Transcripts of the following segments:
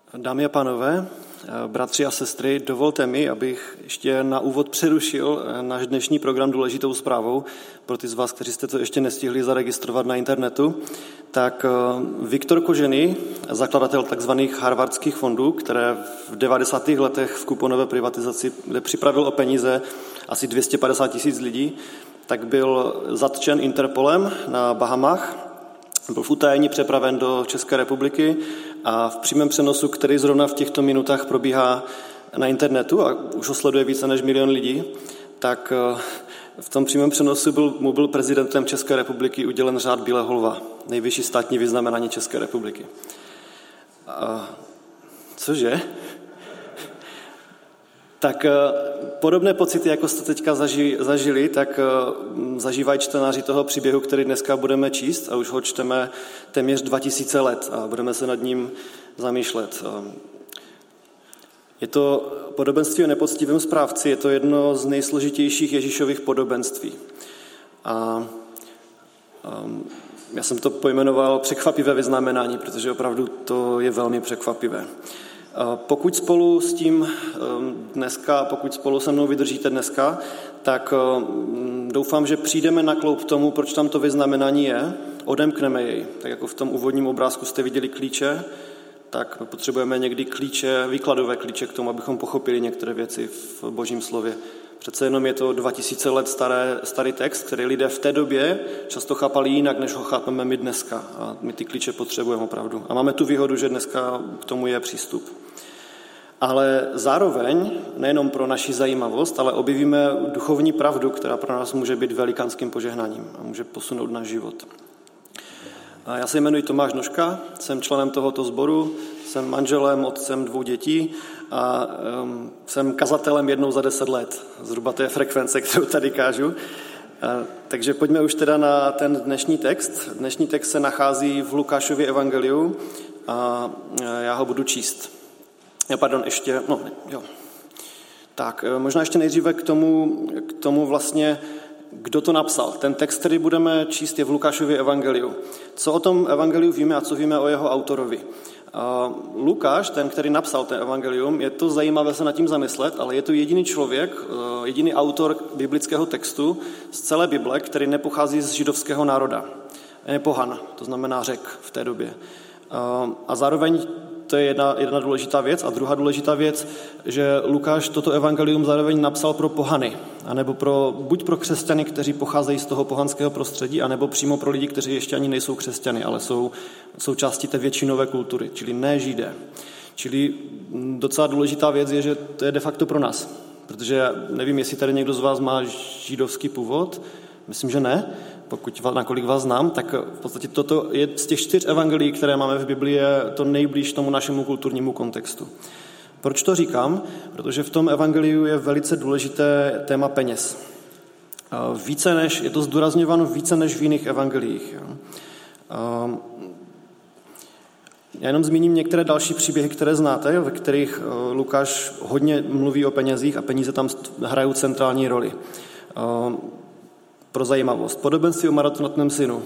Dámy a pánové, bratři a sestry, dovolte mi, abych ještě na úvod přerušil náš dnešní program důležitou zprávou. Pro ty z vás, kteří jste to ještě nestihli zaregistrovat na internetu, tak Viktor Kožený, zakladatel takzvaných harvardských fondů, které v 90. letech v kuponové privatizaci připravil o peníze asi 250 000 lidí, tak byl zatčen Interpolem na Bahamách. Byl v utajení přepraven do České republiky a v přímém přenosu, který zrovna v těchto minutách probíhá na internetu a už ho sleduje více než 1 milion lidí, tak v tom přímém přenosu mu byl prezidentem České republiky udělen řád Bílého lva, nejvyšší státní vyznamenání České republiky. Cože? Tak podobné pocity, jako jste teďka zažili, tak zažívají čtenáři toho příběhu, který dneska budeme číst a už ho čteme téměř 2000 let a budeme se nad ním zamýšlet. Je to podobenství o nepoctivém správci, je to jedno z nejsložitějších Ježíšových podobenství. A já jsem to pojmenoval překvapivé vyznamenání, protože opravdu to je velmi překvapivé. Pokud spolu s tím dneska, pokud spolu se mnou vydržíte dneska, tak doufám, že přijdeme na kloub tomu, proč tam to vyznamenání je, odemkneme jej. Tak jako v tom úvodním obrázku jste viděli klíče, tak potřebujeme někdy klíče, výkladové klíče k tomu, abychom pochopili některé věci v Božím slově. Přece jenom je to 2000 let starý text, který lidé v té době často chápali jinak, než ho chápeme my dneska. A my ty klíče potřebujeme opravdu. A máme tu výhodu, že dneska k tomu je přístup. Ale zároveň, nejenom pro naši zajímavost, ale objevíme duchovní pravdu, která pro nás může být velikánským požehnáním a může posunout náš život. A já se jmenuji Tomáš Nožka, jsem členem tohoto sboru, jsem manželem, otcem 2 dětí a jsem kazatelem 1 za 10 let. Zhruba to je frekvence, kterou tady kážu. Takže pojďme už teda na ten dnešní text. Dnešní text se nachází v Lukášově evangeliu a já ho budu číst. Tak, možná ještě nejdříve k tomu vlastně, kdo to napsal. Ten text, který budeme číst, je v Lukášově evangeliu. Co o tom evangeliu víme a co víme o jeho autorovi? Lukáš, ten, který napsal ten evangelium, je to zajímavé se nad tím zamyslet, ale je to jediný člověk, jediný autor biblického textu z celé Bible, který nepochází z židovského národa. Je pohan, to znamená Řek v té době. A zároveň to je jedna důležitá věc. A druhá důležitá věc, že Lukáš toto evangelium zároveň napsal pro pohany, anebo buď pro křesťany, kteří pocházejí z toho pohanského prostředí, anebo přímo pro lidi, kteří ještě ani nejsou křesťany, ale jsou součástí té většinové kultury, čili ne Židé. Čili docela důležitá věc je, že to je de facto pro nás. Protože nevím, jestli tady někdo z vás má židovský původ, myslím, že ne. Nakolik vás znám, tak v podstatě toto je z těch 4 evangelií, které máme v Biblii, je to nejblíž tomu našemu kulturnímu kontextu. Proč to říkám? Protože v tom evangeliu je velice důležité téma peněz. Je to zdůrazňováno více než v jiných evangeliích. Já jenom zmíním některé další příběhy, které znáte, ve kterých Lukáš hodně mluví o penězích a peníze tam hrajou centrální roli. Pro zajímavost. Podobenství o marnotratném synu.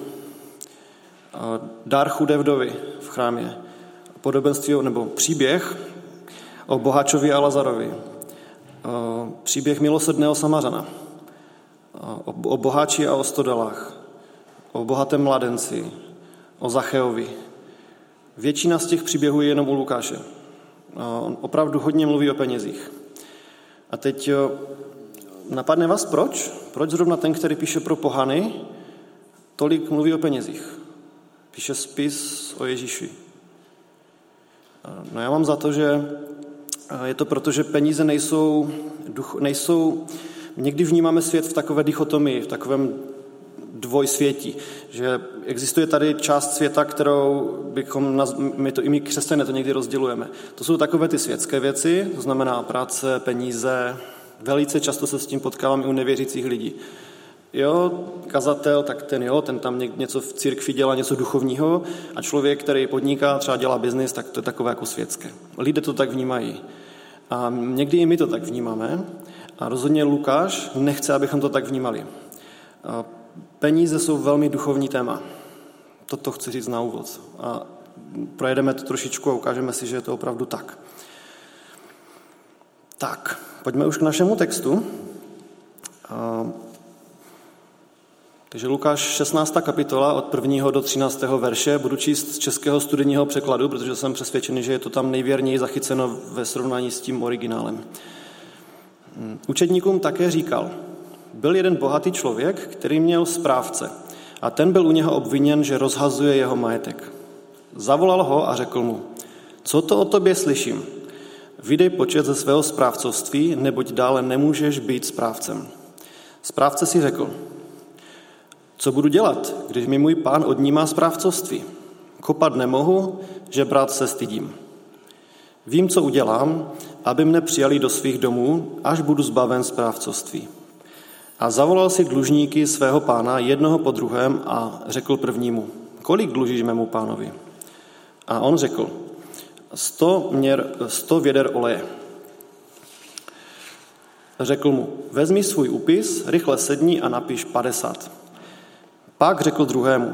Dar chudé vdovy v chrámě. Podobenství nebo příběh o boháčovi a Lazarovi. Příběh milosrdného Samařana. O boháči a o stodolách. O bohatém mládenci. O Zacheovi. Většina z těch příběhů je jenom u Lukáše. On opravdu hodně mluví o penězích. A teď napadne vás proč? Proč zrovna ten, který píše pro pohany, tolik mluví o penězích? Píše spis o Ježíši. No já mám za to, že je to proto, že peníze nejsou někdy vnímáme svět v takové dichotomii, v takovém dvojsvětí, že existuje tady část světa, kterou my křesťané to někdy rozdělujeme. To jsou takové ty světské věci, to znamená práce, peníze. Velice často se s tím potkávám i u nevěřících lidí. Jo, kazatel, tak ten tam něco v církvi dělá, něco duchovního a člověk, který podniká, třeba dělá biznis, tak to je takové jako světské. Lidé to tak vnímají. A někdy i my to tak vnímáme a rozhodně Lukáš nechce, abychom to tak vnímali. Peníze jsou velmi duchovní téma. Toto chci říct na úvod. A projedeme to trošičku a ukážeme si, že je to opravdu tak. Tak, pojďme už k našemu textu. Takže Lukáš 16. kapitola od 1. do 13. verše. Budu číst z českého studijního překladu, protože jsem přesvědčený, že je to tam nejvěrněji zachyceno ve srovnání s tím originálem. Učedníkům také říkal: byl jeden bohatý člověk, který měl správce, a ten byl u něho obviněn, že rozhazuje jeho majetek. Zavolal ho a řekl mu: co to o tobě slyším? Vydej počet ze svého správcovství, neboť dále nemůžeš být správcem. Správce si řekl: co budu dělat, když mi můj pán odnímá správcovství? Kopat nemohu, žebrat se stydím. Vím, co udělám, aby mne přijali do svých domů, až budu zbaven správcovství. A zavolal si dlužníky svého pána jednoho po druhém a řekl prvnímu: kolik dlužíš mému pánovi? A on řekl: 100 věder oleje. Řekl mu: vezmi svůj úpis, rychle sedni a napiš 50. Pak řekl druhému: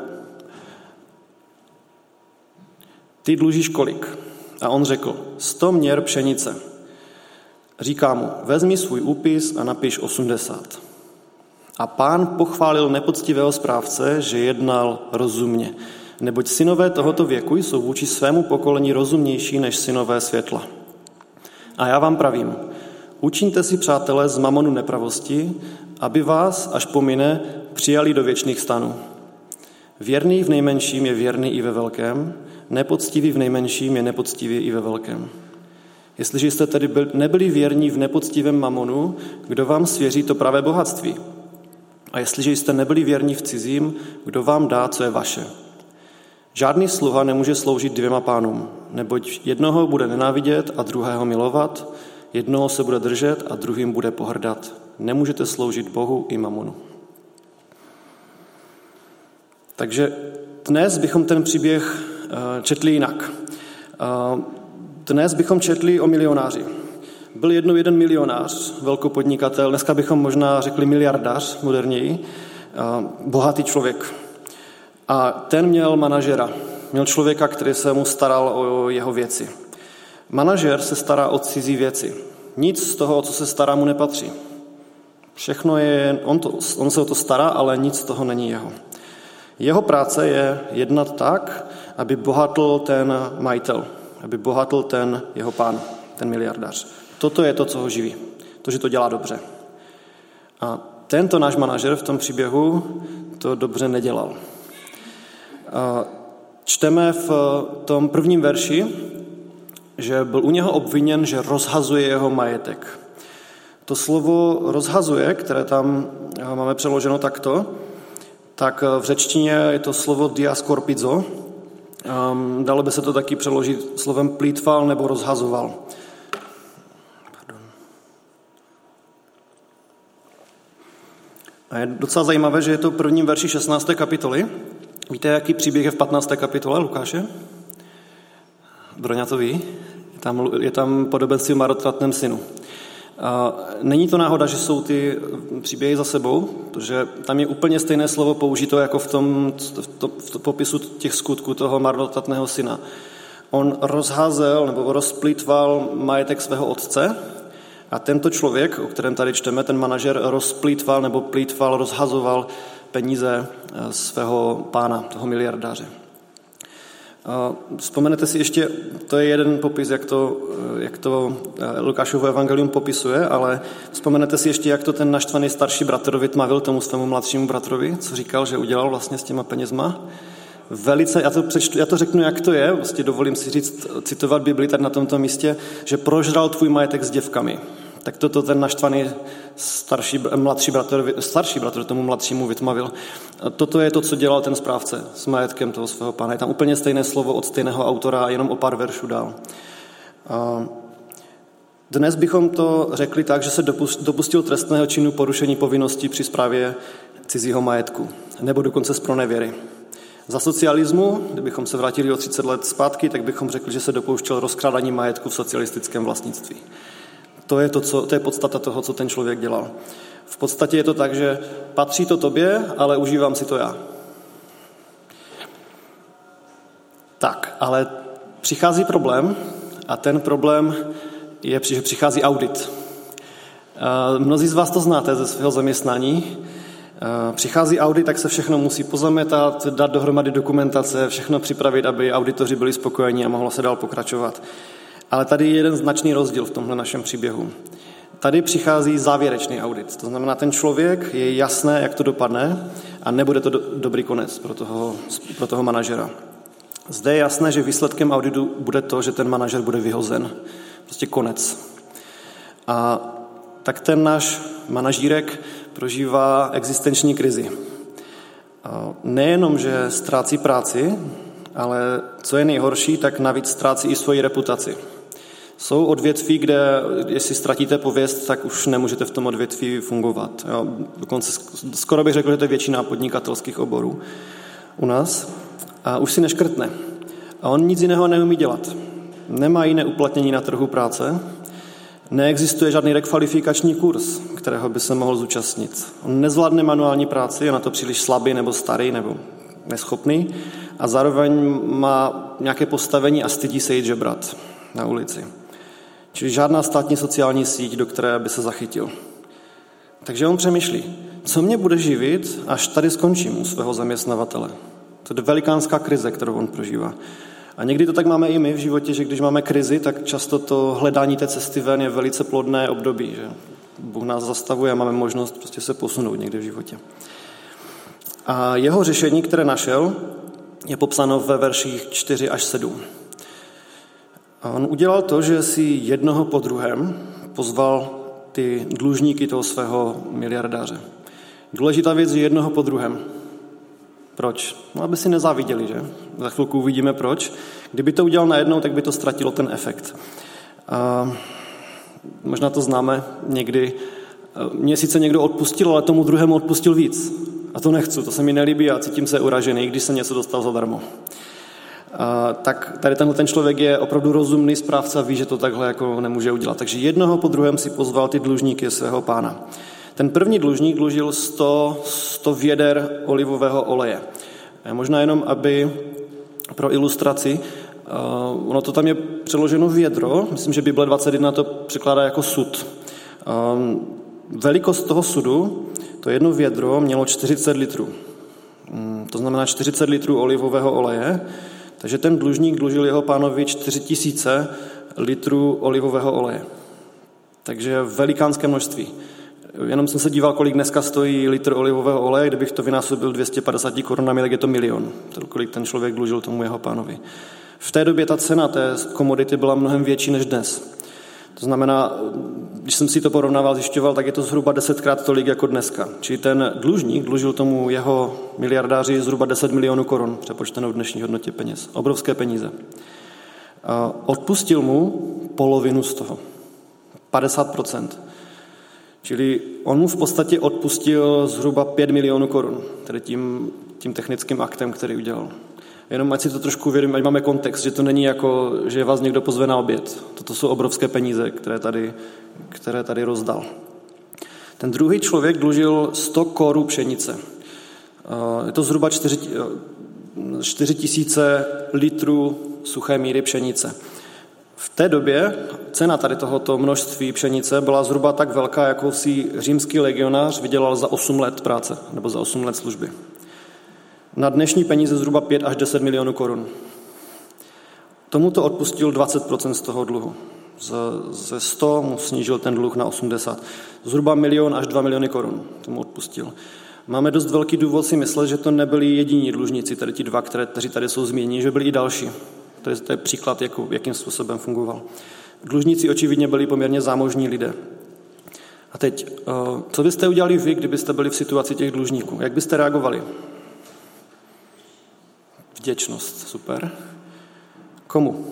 ty dlužíš kolik? A on řekl: 100 měr pšenice. Říká mu: vezmi svůj úpis a napiš 80. A pán pochválil nepoctivého správce, že jednal rozumně, neboť synové tohoto věku jsou vůči svému pokolení rozumnější než synové světla. A já vám pravím, učiňte si, přátelé, z mamonu nepravosti, aby vás, až pomine, přijali do věčných stanů. Věrný v nejmenším je věrný i ve velkém, nepoctivý v nejmenším je nepoctivý i ve velkém. Jestliže jste tedy nebyli věrní v nepoctivém mamonu, kdo vám svěří to pravé bohatství? A jestliže jste nebyli věrní v cizím, kdo vám dá, co je vaše? Žádný sluha nemůže sloužit dvěma pánům, neboť jednoho bude nenávidět a druhého milovat, jednoho se bude držet a druhým bude pohrdat. Nemůžete sloužit Bohu i mamonu. Takže dnes bychom ten příběh četli jinak. Dnes bychom četli o milionáři. Byl jednou jeden milionář, velkopodnikatel, dneska bychom možná řekli miliardář, moderněji, bohatý člověk. A ten měl manažera, měl člověka, který se mu staral o jeho věci. Manažer se stará o cizí věci. Nic z toho, o co se stará, mu nepatří. Všechno je, on se o to stará, ale nic z toho není jeho. Jeho práce je jednat tak, aby bohatl ten majitel, aby bohatl ten jeho pán, ten miliardář. Toto je to, co ho živí. To, že to dělá dobře. A tento náš manažer v tom příběhu to dobře nedělal. Čteme v tom prvním verši, že byl u něho obviněn, že rozhazuje jeho majetek. To slovo rozhazuje, které tam máme přeloženo takto, tak v řečtině je to slovo diaskorpizo. Dalo by se to taky přeložit slovem plýtval nebo rozhazoval. A je docela zajímavé, že je to prvním verši 16. kapitoly. Víte, jaký příběh je v 15. kapitole Lukáše? Broňa to ví. Je tam podobenství o marnotratném synu. Není to náhoda, že jsou ty příběhy za sebou, protože tam je úplně stejné slovo použito jako v popisu těch skutků toho marnotratného syna. On rozházel nebo rozplýtval majetek svého otce a tento člověk, o kterém tady čteme, ten manažer, rozplýtval nebo plýtval, rozhazoval peníze svého pána, toho miliardáře. Vzpomenete si ještě, to je jeden popis, jak to Lukášovo evangelium popisuje, ale vzpomenete si ještě, jak to ten naštvaný starší bratr vytmavil tomu svému mladšímu bratrovi, co říkal, že udělal vlastně s těma penězma. Velice, já to řeknu, jak to je, vlastně dovolím si říct, citovat Bibli tady na tomto místě, že prožral tvůj majetek s děvkami. Tak toto ten naštvaný starší bratr tomu mladšímu vytmavil. Toto je to, co dělal ten správce s majetkem toho svého pána. Je tam úplně stejné slovo od stejného autora, jenom o pár veršů dál. Dnes bychom to řekli tak, že se dopustil trestného činu porušení povinností při správě cizího majetku, nebo dokonce z pronevěry. Za socialismu, kdybychom se vrátili o 30 let zpátky, tak bychom řekli, že se dopouštěl rozkrádání majetku v socialistickém vlastnictví. To je podstata toho, co ten člověk dělal. V podstatě je to tak, že patří to tobě, ale užívám si to já. Tak, Ale přichází problém a ten problém je, že přichází audit. Mnozí z vás to znáte ze svého zaměstnání. Přichází audit, tak se všechno musí pozametat, dát dohromady dokumentace, všechno připravit, aby auditoři byli spokojení a mohlo se dál pokračovat. Ale tady je jeden značný rozdíl v tomhle našem příběhu. Tady přichází závěrečný audit. To znamená, ten člověk je jasné, jak to dopadne a nebude to dobrý konec pro toho manažera. Zde je jasné, že výsledkem auditu bude to, že ten manažer bude vyhozen. Prostě konec. A tak ten náš manažírek prožívá existenční krizi. Nejenom, že ztrácí práci, ale co je nejhorší, tak navíc ztrácí i svoji reputaci. Jsou odvětví, kde jestli ztratíte pověst, tak už nemůžete v tom odvětví fungovat. Jo, dokonce skoro bych řekl, že to je většina podnikatelských oborů u nás. A už si neškrtne. A on nic jiného neumí dělat. Nemá jiné uplatnění na trhu práce. Neexistuje žádný rekvalifikační kurz, kterého by se mohl zúčastnit. On nezvládne manuální práci, je na to příliš slabý nebo starý nebo neschopný a zároveň má nějaké postavení a stydí se jít žebrat na ulici. Čili žádná státní sociální síť, do které by se zachytil. Takže on přemýšlí, co mě bude živit, až tady skončím u svého zaměstnavatele. To je velikánská krize, kterou on prožívá. A někdy to tak máme i my v životě, že když máme krizi, tak často to hledání té cesty ven je velice plodné období, že Bůh nás zastavuje a máme možnost prostě se posunout někdy v životě. A jeho řešení, které našel, je popsáno ve verších 4 až 7. A on udělal to, že si jednoho po druhém pozval ty dlužníky toho svého miliardáře. Důležitá věc je jednoho po druhém. Proč? No, aby si nezáviděli, že? Za chvilku uvidíme proč. Kdyby to udělal najednou, tak by to ztratilo ten efekt. A možná to známe někdy. Mně sice někdo odpustil, ale tomu druhému odpustil víc. A to nechci, to se mi nelíbí a cítím se uražený, když jsem něco dostal zadarmo. Tak tady ten člověk je opravdu rozumný správce a ví, že to takhle jako nemůže udělat. Takže jednoho po druhém si pozval ty dlužníky svého pána. Ten první dlužník dlužil 100 věder olivového oleje. Možná jenom, aby pro ilustraci, ono to tam je přeloženo vědro, myslím, že Bible 21 to překládá jako sud. Velikost toho sudu, to jedno vědro, mělo 40 litrů. To znamená 40 litrů olivového oleje, takže ten dlužník dlužil jeho pánovi 4000 litrů olivového oleje. Takže velikánské množství. Jenom jsem se díval, kolik dneska stojí litr olivového oleje, kdybych to vynásobil 250 korunami, tak je to 1 000 000. Kolik ten člověk dlužil tomu jeho pánovi. V té době ta cena té komodity byla mnohem větší než dnes. To znamená, když jsem si to porovnával, zjišťoval, tak je to zhruba 10krát tolik jako dneska. Čili ten dlužník dlužil tomu jeho miliardáři zhruba 10 milionů korun, přepočteno v dnešní hodnotě peněz. Obrovské peníze. A odpustil mu polovinu z toho. 50%. Čili on mu v podstatě odpustil zhruba 5 milionů korun, tedy tím technickým aktem, který udělal. Jenom ať si to trošku uvědomíme, ať máme kontext, že to není jako, že vás někdo pozve na oběd. Toto jsou obrovské peníze, které tady rozdal. Ten druhý člověk dlužil 100 kórů pšenice. Je to zhruba 4000 litrů suché míry pšenice. V té době cena tady tohoto množství pšenice byla zhruba tak velká, jakou si římský legionář vydělal za 8 let práce nebo za 8 let služby. Na dnešní peníze zhruba 5 až 10 milionů korun. Tomuto odpustil 20% z toho dluhu. Ze 100 mu snížil ten dluh na 80. Zhruba 1 milion až 2 miliony korun tomu odpustil. Máme dost velký důvod si myslet, že to nebyli jediní dlužníci, tady ti dva, kteří tady jsou zmíněni, že byli i další. To je příklad, jakým způsobem fungoval. Dlužníci očividně byli poměrně zámožní lidé. A teď, co byste udělali vy, kdybyste byli v situaci těch dlužníků? Jak byste reagovali? Vděčnost, super. Komu?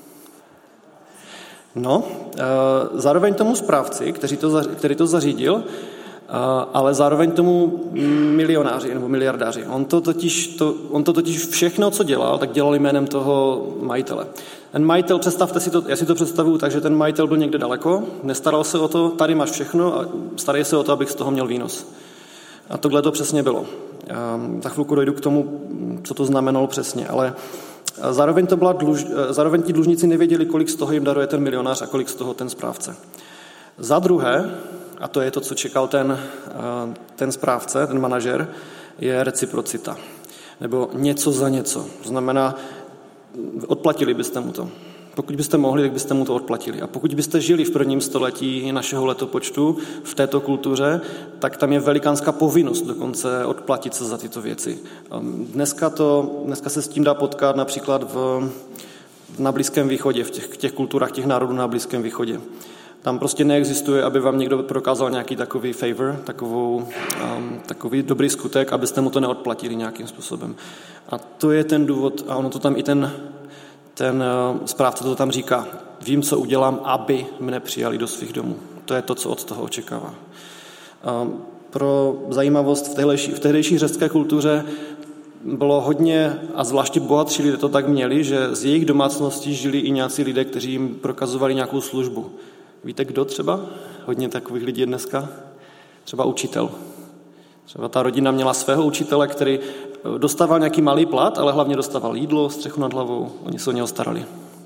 No, zároveň tomu správci, který to zařídil, ale zároveň tomu milionáři nebo miliardáři. On to totiž všechno, co dělal, tak dělal jménem toho majitele. Ten majitel, představte si to, já si to představuju tak, že ten majitel byl někde daleko, nestaral se o to, tady máš všechno a starej se o to, abych z toho měl výnos. A tohle to přesně bylo. Za chvilku dojdu k tomu, co to znamenalo přesně, ale Zároveň ti dlužníci nevěděli, kolik z toho jim daruje ten milionář a kolik z toho ten správce. Za druhé, a to je to, co čekal ten správce, ten manažer, je reciprocita. Nebo něco za něco. To znamená, odplatili byste mu to. Pokud byste mohli, tak byste mu to odplatili. A pokud byste žili v prvním století našeho letopočtu v této kultuře, tak tam je velikánská povinnost dokonce odplatit se za tyto věci. Dneska se s tím dá potkat například na Blízkém východě, v těch kulturách těch národů na Blízkém východě. Tam prostě neexistuje, aby vám někdo prokázal nějaký takový favor, takový dobrý skutek, abyste mu to neodplatili nějakým způsobem. A to je ten důvod, a ono to tam i ten správce to tam říká. Vím, co udělám, aby mne přijali do svých domů. To je to, co od toho očekává. Pro zajímavost, v tehdejší řecké kultuře bylo hodně, a zvláště bohatší lidé to tak měli, že z jejich domácností žili i nějací lidé, kteří jim prokazovali nějakou službu. Víte, kdo třeba? Hodně takových lidí je dneska. Třeba učitel. Třeba ta rodina měla svého učitele, který dostával nějaký malý plat, ale hlavně dostával jídlo, střechu nad hlavou. Oni se o něho starali.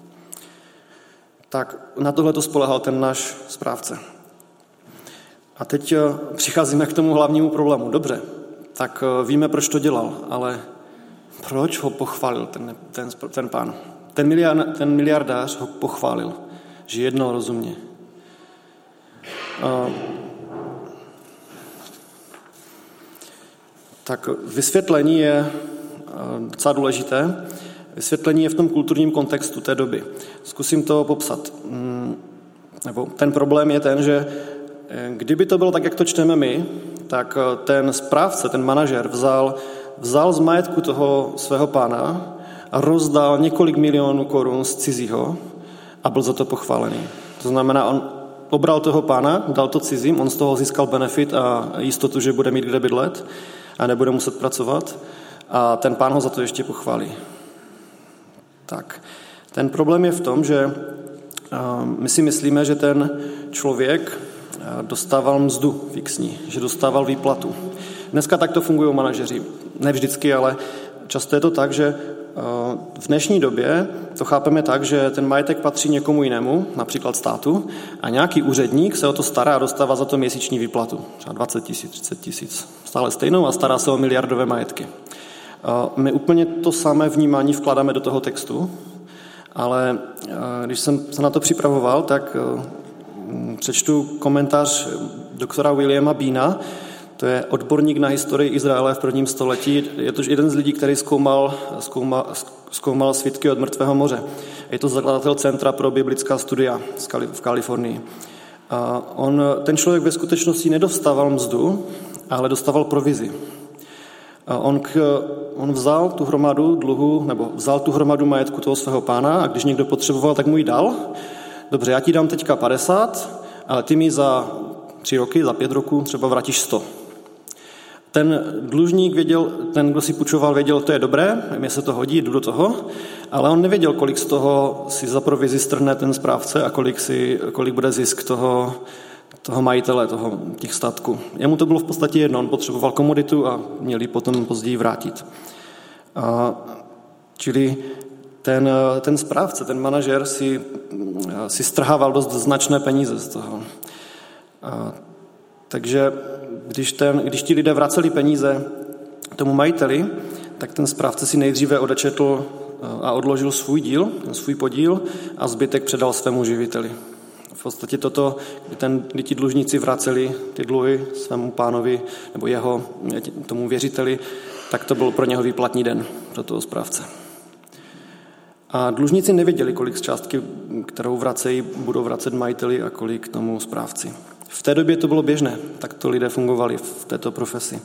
Tak na tohle to spolehal ten náš správce. A teď přicházíme k tomu hlavnímu problému. Dobře, tak víme, proč to dělal, ale proč ho pochválil ten pán? Ten miliardář ho pochválil, že jednal rozumně. Tak vysvětlení je docela důležité. Vysvětlení je v tom kulturním kontextu té doby. Zkusím to popsat. Nebo ten problém je ten, že kdyby to bylo tak, jak to čteme my, tak ten správce, ten manažer vzal z majetku toho svého pána a rozdal několik milionů korun z cizího a byl za to pochválený. To znamená, on obral toho pána, dal to cizím, on z toho získal benefit a jistotu, že bude mít kde bydlet a nebude muset pracovat a ten pán ho za to ještě pochválí. Tak, ten problém je v tom, že my si myslíme, že ten člověk dostával mzdu fixní, že dostával výplatu. Dneska takto fungují manažeři. Ne vždycky, ale často je to tak, že v dnešní době to chápeme tak, že ten majetek patří někomu jinému, například státu, a nějaký úředník se o to stará a dostává za to měsíční výplatu. Třeba 20 000, 30 000. Stále stejnou a stará se o miliardové majetky. My úplně to samé vnímání vkládáme do toho textu, ale když jsem se na to připravoval, tak přečtu komentář doktora Williama Beana. To je odborník na historii Izraele v prvním století. Je to jeden z lidí, který zkoumal svědky od Mrtvého moře. Je to zakladatel Centra pro biblická studia v Kalifornii. Ten člověk ve skutečnosti nedostával mzdu, ale dostával provizi. On vzal tu hromadu dluhu, nebo vzal tu hromadu majetku toho svého pána a když někdo potřeboval, tak mu ji dal. Dobře, já ti dám teďka 50, ale ty mi za 3 roky, za 5 roků třeba vrátíš 100. Ten dlužník věděl, ten, kdo si půjčoval, věděl, to je dobré, mně se to hodí, jdu do toho, ale on nevěděl, kolik z toho si za provizi strhne ten správce a kolik bude zisk toho majitele, těch statků. Jemu to bylo v podstatě jedno, on potřeboval komoditu a měl ji potom později vrátit. Čili ten správce, ten manažer si strhával dost značné peníze z toho. Takže když ti lidé vraceli peníze tomu majiteli, tak ten správce si nejdříve odečetl a odložil svůj podíl a zbytek předal svému živiteli. V podstatě kdy ti dlužníci vraceli ty dluhy svému pánovi nebo tomu věřiteli, tak to byl pro něho výplatní den, pro toho správce. A dlužníci nevěděli, kolik z částky, kterou vracejí, budou vracet majiteli a kolik tomu správci. V té době to bylo běžné, tak to lidé fungovali v této profesi.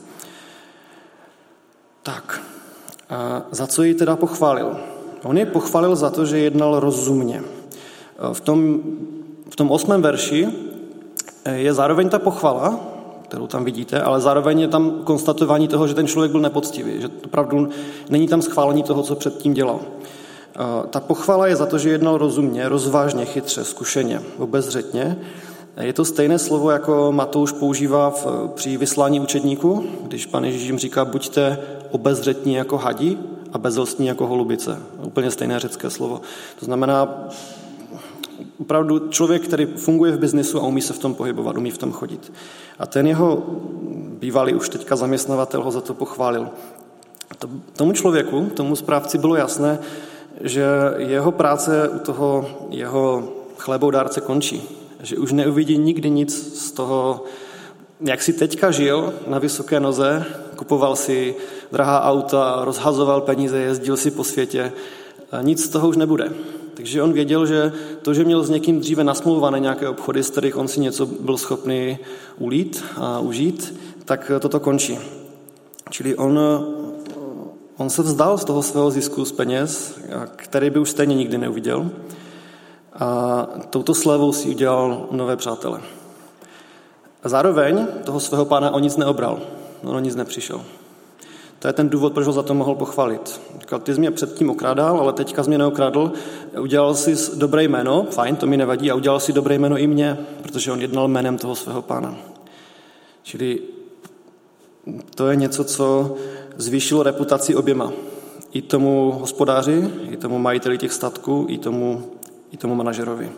Tak, a za co ji teda pochválil? On je pochválil za to, že jednal rozumně. V tom 8. verši je zároveň ta pochvala, kterou tam vidíte, ale zároveň je tam konstatování toho, že ten člověk byl nepoctivý, že opravdu není tam schválení toho, co předtím dělal. Ta pochvala je za to, že jednal rozumně, rozvážně, chytře, zkušeně, obezřetně. Je to stejné slovo, jako Matouš používá při vyslání učedníků, když Pán Ježíš jim říká, buďte obezřetní jako hadi a bezelstní jako holubice. Úplně stejné řecké slovo. To znamená opravdu člověk, který funguje v biznisu a umí se v tom pohybovat, umí v tom chodit. A ten jeho bývalý už teďka zaměstnavatel ho za to pochválil. Tomu člověku, tomu správci bylo jasné, že jeho práce u toho jeho chlebodárce končí. Že už neuvidí nikdy nic z toho, jak si teďka žil na vysoké noze, kupoval si drahá auta, rozhazoval peníze, jezdil si po světě. Nic z toho už nebude. Takže on věděl, že to, že měl s někým dříve nasmlouvané nějaké obchody, z kterých on si něco byl schopný ulít a užít, tak toto končí. Čili on se vzdal z toho svého zisku z peněz, který by už stejně nikdy neuviděl. A touto slevou si udělal nové přátele. A zároveň toho svého pána o nic neobral. On o nic nepřišel. To je ten důvod, proč ho za to mohl pochválit. Říkal, ty jsi mě předtím okrádal, ale teďka jsi mě neokrádl. Udělal jsi dobré jméno, fajn, to mi nevadí, a udělal si dobré jméno i mě, protože on jednal jménem toho svého pána. Čili to je něco, co zvýšilo reputaci oběma. I tomu hospodáři, i tomu majiteli těch statků, i tomu manažerovi.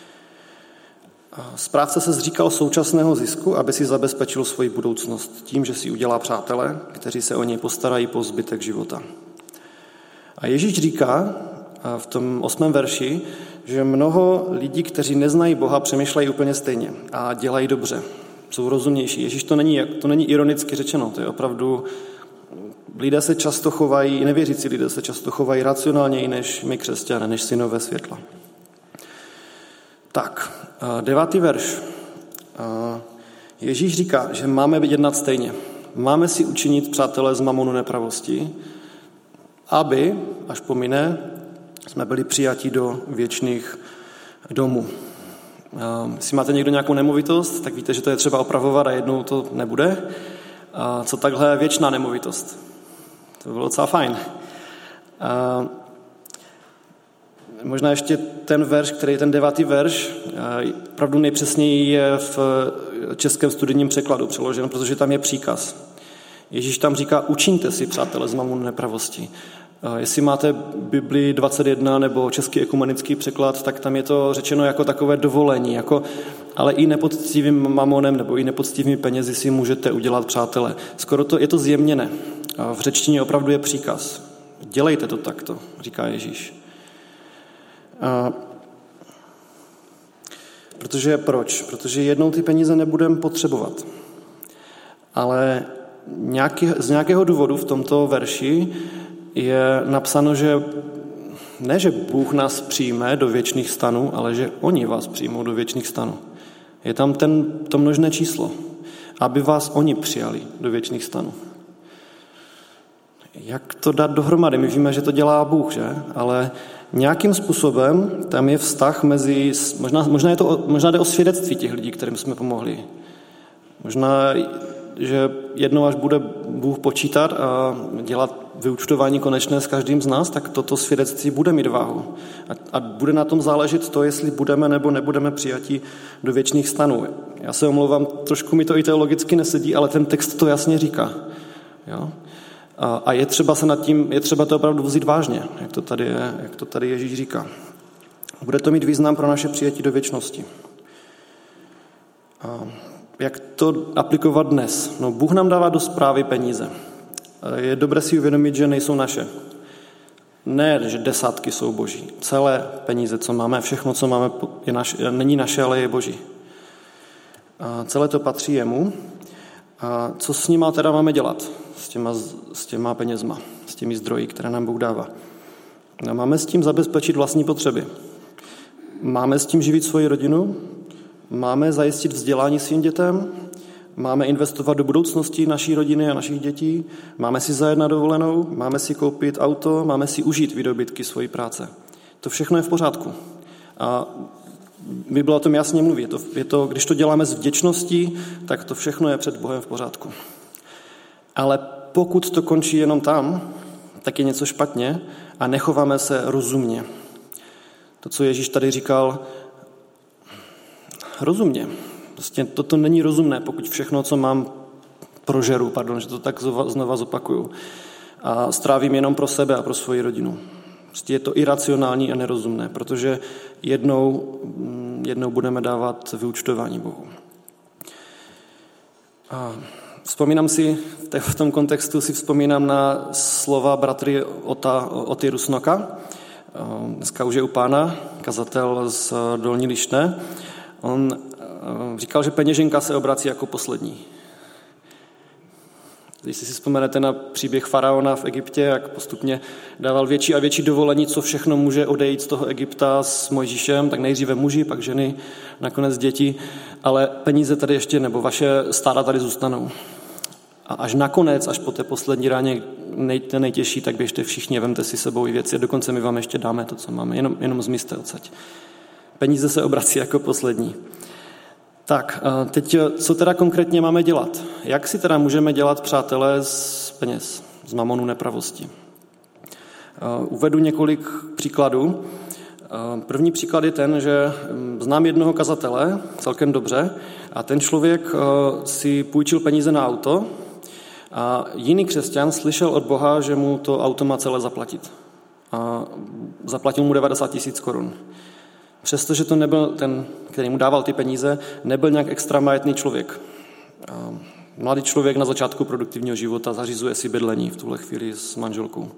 Správce se zříkal současného zisku, aby si zabezpečil svoji budoucnost tím, že si udělá přátele, kteří se o něj postarají po zbytek života. A Ježíš říká v tom 8. verši, že mnoho lidí, kteří neznají Boha, přemýšlejí úplně stejně a dělají dobře. Jsou rozumnější. Ježíš to není ironicky řečeno, to je opravdu. Lidé se často chovají, nevěřící lidé se často chovají racionálněji než my křesťané, než synové světla. Tak, 9. verš. Ježíš říká, že máme jednat stejně. Máme si učinit přátelé z mamonu nepravosti, aby, až pomine, jsme byli přijati do věčných domů. Jestli máte někdo nějakou nemovitost, tak víte, že to je třeba opravovat a jednou to nebude. A co takhle věčná nemovitost? To bylo docela fajn. Možná ještě ten verš, který je ten 9. verš, opravdu nejpřesněji je v českém studijním překladu přeložen, protože tam je příkaz. Ježíš tam říká, učiňte si, přátelé, z mamonu nepravosti. Jestli máte Bibli 21 nebo český ekumenický překlad, tak tam je to řečeno jako takové dovolení, ale i nepoctivým mamonem nebo i nepoctivými penězi si můžete udělat přátele. Je to zjemněné. V řečtině opravdu je příkaz. Dělejte to takto, říká Ježíš. Proč? Protože jednou ty peníze nebudeme potřebovat. Ale z nějakého důvodu v tomto verši je napsáno, že ne, že Bůh nás přijme do věčných stanů, ale že oni vás přijmou do věčných stanů. Je tam to množné číslo, aby vás oni přijali do věčných stanů. Jak to dát dohromady? My víme, že to dělá Bůh, že? Ale nějakým způsobem tam je vztah mezi, možná jde o svědectví těch lidí, kterým jsme pomohli. Možná, že jednou, až bude Bůh počítat a dělat vyúčtování konečné s každým z nás, tak toto svědectví bude mít váhu. A bude na tom záležet to, jestli budeme nebo nebudeme přijati do věčných stanů. Já se omlouvám, trošku mi to i teologicky nesedí, ale ten text to jasně říká. Jo? A je třeba to opravdu vzít vážně, jak to tady Ježíš říká. Bude to mít význam pro naše přijetí do věčnosti. Jak to aplikovat dnes? No, Bůh nám dává do správy peníze. Je dobré si uvědomit, že nejsou naše. Ne, že desátky jsou boží. Celé peníze, co máme, všechno, co máme, není naše, ale je boží. A celé to patří jemu. A co s nima teda máme dělat? S těma penězma, s těmi zdroji, které nám Bůh dává. A máme s tím zabezpečit vlastní potřeby. Máme s tím živit svoji rodinu, máme zajistit vzdělání svým dětem, máme investovat do budoucnosti naší rodiny a našich dětí, máme si zajet na dovolenou, máme si koupit auto, máme si užít výdobytky svojí práce. To všechno je v pořádku. A Bible o tom jasně mluví. Když to děláme s vděčností, tak to všechno je před Bohem v pořádku. Ale pokud to končí jenom tam, tak je něco špatně a nechováme se rozumně. To, co Ježíš tady říkal, rozumně. Prostě toto není rozumné, pokud všechno, co mám, prožeru, že to tak znova zopakuju. a strávím jenom pro sebe a pro svoji rodinu. Prostě je to iracionální a nerozumné, protože jednou budeme dávat vyúčtování Bohu. A vzpomínám si, v tom kontextu si vzpomínám na slova bratry Oty Rusnoka. Dneska už je u Pána, kazatel z Dolní Lištné. On říkal, že peněženka se obrací jako poslední. Když si vzpomenete na příběh faraona v Egyptě, jak postupně dával větší a větší dovolení, co všechno může odejít z toho Egypta s Mojžíšem, tak nejdříve muži, pak ženy, nakonec děti, ale peníze tady ještě, nebo vaše stáda tady zůstanou. A až nakonec, až po té poslední ráně nejtěžší, tak běžte všichni, vemte si sebou i věci a dokonce my vám ještě dáme to, co máme, jenom zmizte odsaď. Peníze se obrací jako poslední. Tak, teď co teda konkrétně máme dělat? Jak si teda můžeme dělat, přátelé, z peněz, z mamonu nepravosti? Uvedu několik příkladů. První příklad je ten, že znám jednoho kazatele celkem dobře a ten člověk si půjčil peníze na auto a jiný křesťan slyšel od Boha, že mu to auto má celé zaplatit. A zaplatil mu 90 000 korun. Přestože to nebyl ten, který mu dával ty peníze, nebyl nějak extra majetný člověk. Mladý člověk na začátku produktivního života zařizuje si bydlení v tuhle chvíli s manželkou.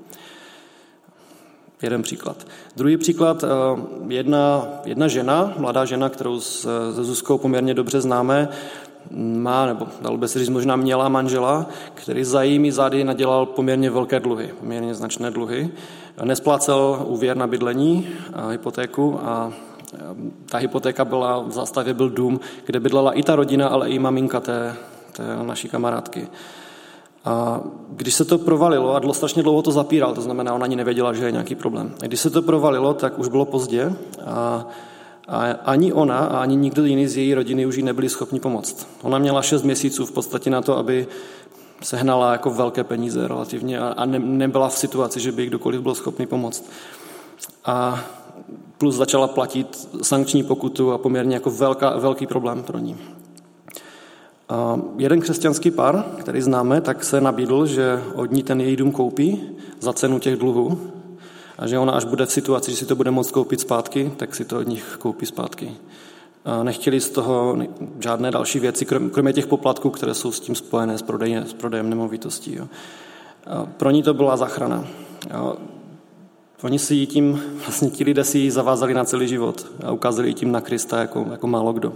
Jeden příklad. Druhý příklad, jedna žena, mladá žena, kterou se Zuzkou poměrně dobře známe, má, nebo dalo by se říct, možná měla manžela, který za jejími zády nadělal poměrně velké dluhy, poměrně značné dluhy. Nesplácel úvěr na bydlení a hypotéku a ta hypotéka byla, v zástavě byl dům, kde bydlela i ta rodina, ale i maminka té naší kamarádky. A když se to provalilo, a strašně dlouho to zapíral, to znamená, ona ani nevěděla, že je nějaký problém. A když se to provalilo, tak už bylo pozdě a ani ona a ani nikdo jiný z její rodiny už jí nebyli schopni pomoct. Ona měla 6 měsíců v podstatě na to, aby sehnala jako velké peníze relativně a nebyla v situaci, že by jí kdokoliv byl schopný pomoct. A plus začala platit sankční pokutu a poměrně jako velký problém pro ní. A jeden křesťanský pár, který známe, tak se nabídl, že od ní ten její dům koupí za cenu těch dluhů a že ona až bude v situaci, že si to bude moct koupit zpátky, tak si to od nich koupí zpátky. A nechtěli z toho žádné další věci, kromě těch poplatků, které jsou s tím spojené s prodejem nemovitostí. Jo. A pro ní to byla záchrana. A oni si jí tím, vlastně ti lidé si ji zavázali na celý život a ukázali jí tím na Krista jako málo kdo.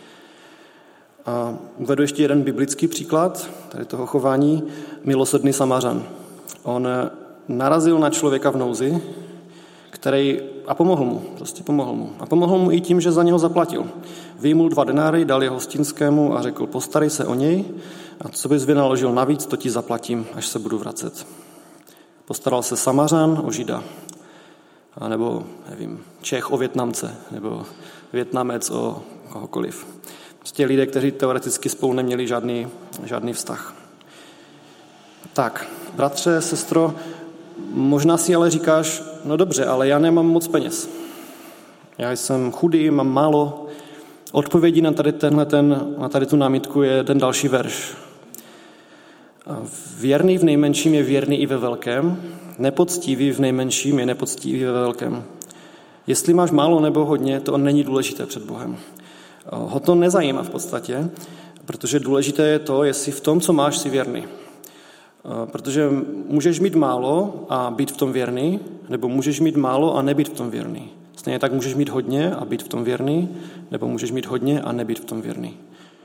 A uvedu ještě jeden biblický příklad tady toho chování. Milosrdný Samařan. On narazil na člověka v nouzi, a pomohl mu. A pomohl mu i tím, že za něho zaplatil. Vyjmul 2 denáry, dal je hostinskému a řekl, postarej se o něj a co bys vynaložil navíc, to ti zaplatím, až se budu vracet. Postaral se Samařan o Žida. A nebo, nevím, Čech o Vietnamce, nebo Vietnamec o kohokoliv. Prostě lidé, kteří teoreticky spolu neměli žádný vztah. Tak, bratře, sestro, možná si ale říkáš, no dobře, ale já nemám moc peněz. Já jsem chudý, mám málo. Odpovědí na tady tu námitku je ten další verš. Věrný v nejmenším je věrný i ve velkém, nepoctivý v nejmenším je nepoctivý ve velkém. Jestli máš málo nebo hodně, to není důležité před Bohem. Ho to nezajímá v podstatě, protože důležité je to, jestli v tom, co máš, si věrný. Protože můžeš mít málo a být v tom věrný, nebo můžeš mít málo a nebýt v tom věrný. Stejně tak můžeš mít hodně a být v tom věrný, nebo můžeš mít hodně a nebýt v tom věrný.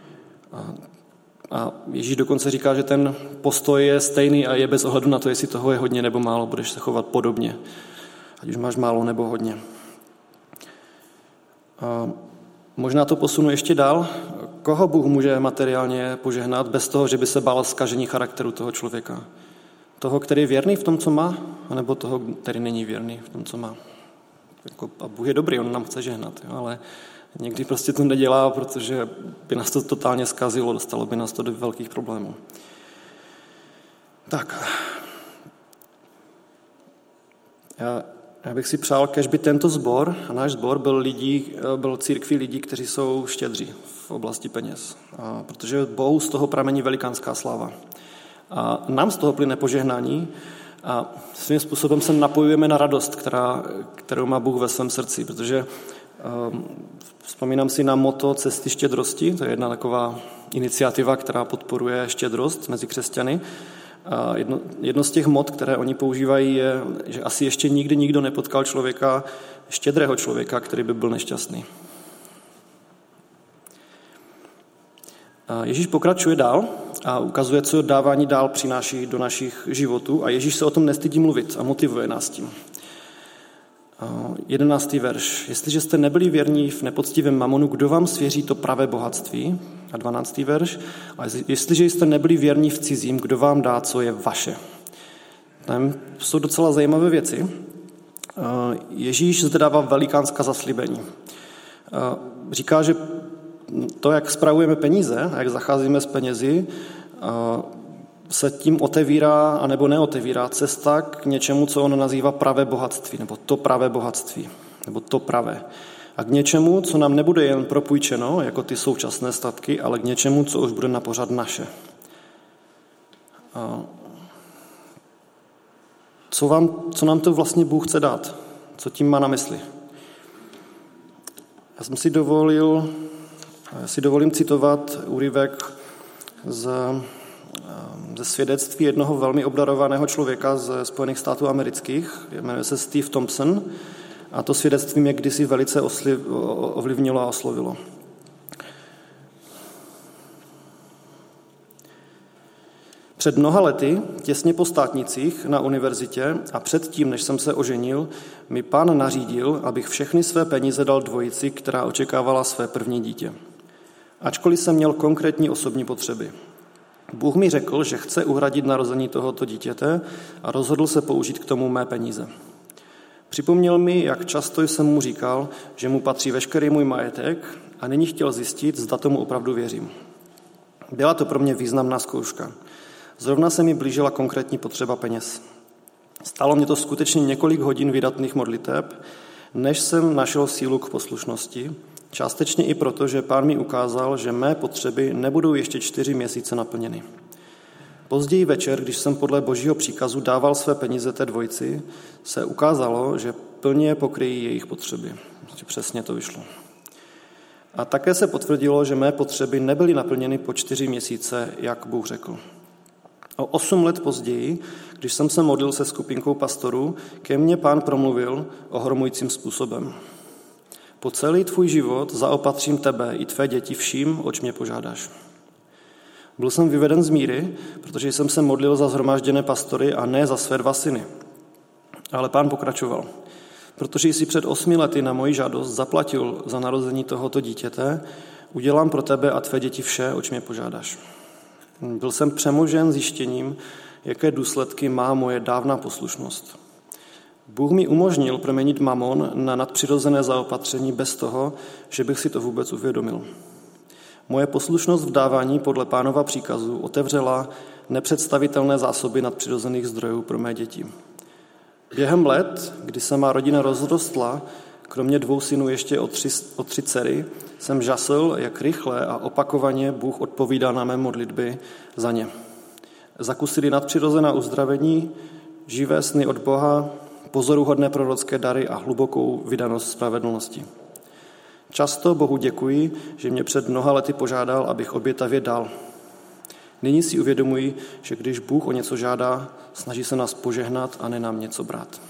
A Ježíš dokonce říká, že ten postoj je stejný a je bez ohledu na to, jestli toho je hodně nebo málo, budeš se chovat podobně, ať už máš málo nebo hodně. A možná to posunu ještě dál. Koho Bůh může materiálně požehnat bez toho, že by se bál zkažení charakteru toho člověka? Toho, který je věrný v tom, co má, anebo toho, který není věrný v tom, co má? A Bůh je dobrý, on nám chce žehnat, jo, ale někdy prostě to nedělá, protože by nás to totálně zkazilo, dostalo by nás to do velkých problémů. Tak. Já bych si přál, kež by tento sbor a náš sbor byl církví lidí, kteří jsou štědří v oblasti peněz. Protože Bohu z toho pramení velikánská sláva. A nám z toho plyne požehnání A svým způsobem se napojujeme na radost, kterou má Bůh ve svém srdci, protože vzpomínám si na motto Cesty štědrosti, to je jedna taková iniciativa, která podporuje štědrost mezi křesťany. A jedno z těch mot, které oni používají, je, že asi ještě nikdy nikdo nepotkal štědrého člověka, který by byl nešťastný. A Ježíš pokračuje dál a ukazuje, co dávání dál přináší do našich životů, a Ježíš se o tom nestydí mluvit a motivuje nás tím. 11. verš. Jestliže jste nebyli věrní v nepoctivém mamonu, kdo vám svěří to pravé bohatství? A 12. verš. A jestliže jste nebyli věrní v cizím, kdo vám dá, co je vaše? Tam jsou docela zajímavé věci. Ježíš zde dává velikánská zaslíbení. Říká, že to, jak spravujeme peníze a jak zacházíme s penězi, se tím otevírá anebo neotevírá cesta k něčemu, co on nazývá pravé bohatství, nebo to pravé bohatství, nebo to pravé. A k něčemu, co nám nebude jen propůjčeno, jako ty současné statky, ale k něčemu, co už bude na pořad naše. Co nám to vlastně Bůh chce dát? Co tím má na mysli? Já si dovolím citovat úryvek ze svědectví jednoho velmi obdarovaného člověka ze Spojených států amerických, jmenuje se Steve Thompson, a to svědectví mě kdysi velice ovlivnilo a oslovilo. Před mnoha lety, těsně po státnicích na univerzitě a předtím, než jsem se oženil, mi pán nařídil, abych všechny své peníze dal dvojici, která očekávala své první dítě. Ačkoliv jsem měl konkrétní osobní potřeby. Bůh mi řekl, že chce uhradit narození tohoto dítěte a rozhodl se použít k tomu mé peníze. Připomněl mi, jak často jsem mu říkal, že mu patří veškerý můj majetek, a nyní chtěl zjistit, zda tomu opravdu věřím. Byla to pro mě významná zkouška. Zrovna se mi blížila konkrétní potřeba peněz. Stalo mě to skutečně několik hodin vydatných modliteb, než jsem našel sílu k poslušnosti, částečně i proto, že pán mi ukázal, že mé potřeby nebudou ještě 4 měsíce naplněny. Později večer, když jsem podle božího příkazu dával své peníze té dvojici, se ukázalo, že plně pokryjí jejich potřeby. Přesně to vyšlo. A také se potvrdilo, že mé potřeby nebyly naplněny po 4 měsíce, jak Bůh řekl. O 8 let později, když jsem se modlil se skupinkou pastorů, ke mně pán promluvil ohromujícím způsobem. Po celý tvůj život zaopatřím tebe i tvé děti vším, oč mě požádáš. Byl jsem vyveden z míry, protože jsem se modlil za shromážděné pastory a ne za své 2 syny. Ale pán pokračoval. Protože jsi před 8 lety na moji žádost zaplatil za narození tohoto dítěte, udělám pro tebe a tvé děti vše, oč mě požádáš. Byl jsem přemožen zjištěním, jaké důsledky má moje dávná poslušnost. Bůh mi umožnil proměnit mamon na nadpřirozené zaopatření bez toho, že bych si to vůbec uvědomil. Moje poslušnost v dávání podle pánova příkazu otevřela nepředstavitelné zásoby nadpřirozených zdrojů pro mé děti. Během let, kdy se má rodina rozrostla, kromě 2 synů ještě o 3 dcery, jsem žasl, jak rychle a opakovaně Bůh odpovídá na mé modlitby za ně. Zakusili nadpřirozená uzdravení, živé sny od Boha, pozoruhodné prorocké dary a hlubokou vydanost spravedlnosti. Často Bohu děkuji, že mě před mnoha lety požádal, abych obětavě dal. Nyní si uvědomuji, že když Bůh o něco žádá, snaží se nás požehnat a ne nám něco brát.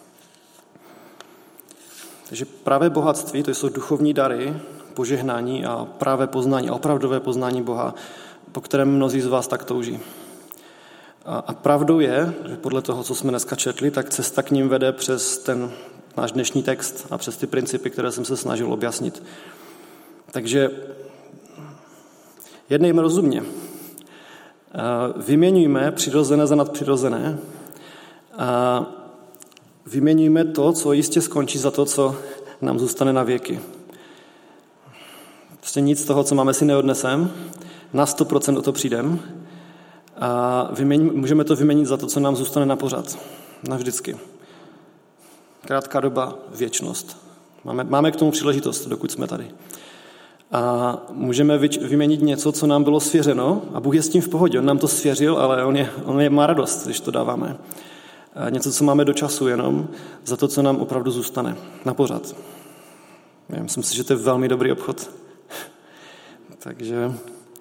Takže pravé bohatství, to jsou duchovní dary, požehnání a pravé poznání, a opravdové poznání Boha, po kterém mnozí z vás tak touží. A pravdou je, že podle toho, co jsme dneska četli, tak cesta k ním vede přes ten náš dnešní text a přes ty principy, které jsem se snažil objasnit. Takže jednejme rozumně. Vyměňujme přirozené za nadpřirozené a vyměňujme to, co jistě skončí, za to, co nám zůstane na věky. Prostě nic z toho, co máme, si neodnesem, na 100% o to přijdem a můžeme to vyměnit za to, co nám zůstane na pořad. Navždycky. Krátká doba, věčnost. Máme k tomu příležitost, dokud jsme tady. A můžeme vyměnit něco, co nám bylo svěřeno, a Bůh je s tím v pohodě. On nám to svěřil, ale on má radost, když to dáváme. něco, co máme do času jenom, za to, co nám opravdu zůstane na pořad. Já myslím si, že to je velmi dobrý obchod. Takže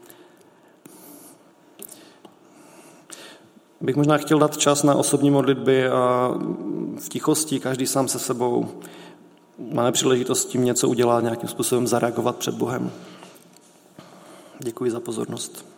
bych možná chtěl dát čas na osobní modlitby a v tichosti, každý sám se sebou. Máme příležitost tím něco udělat, nějakým způsobem zareagovat před Bohem. Děkuji za pozornost.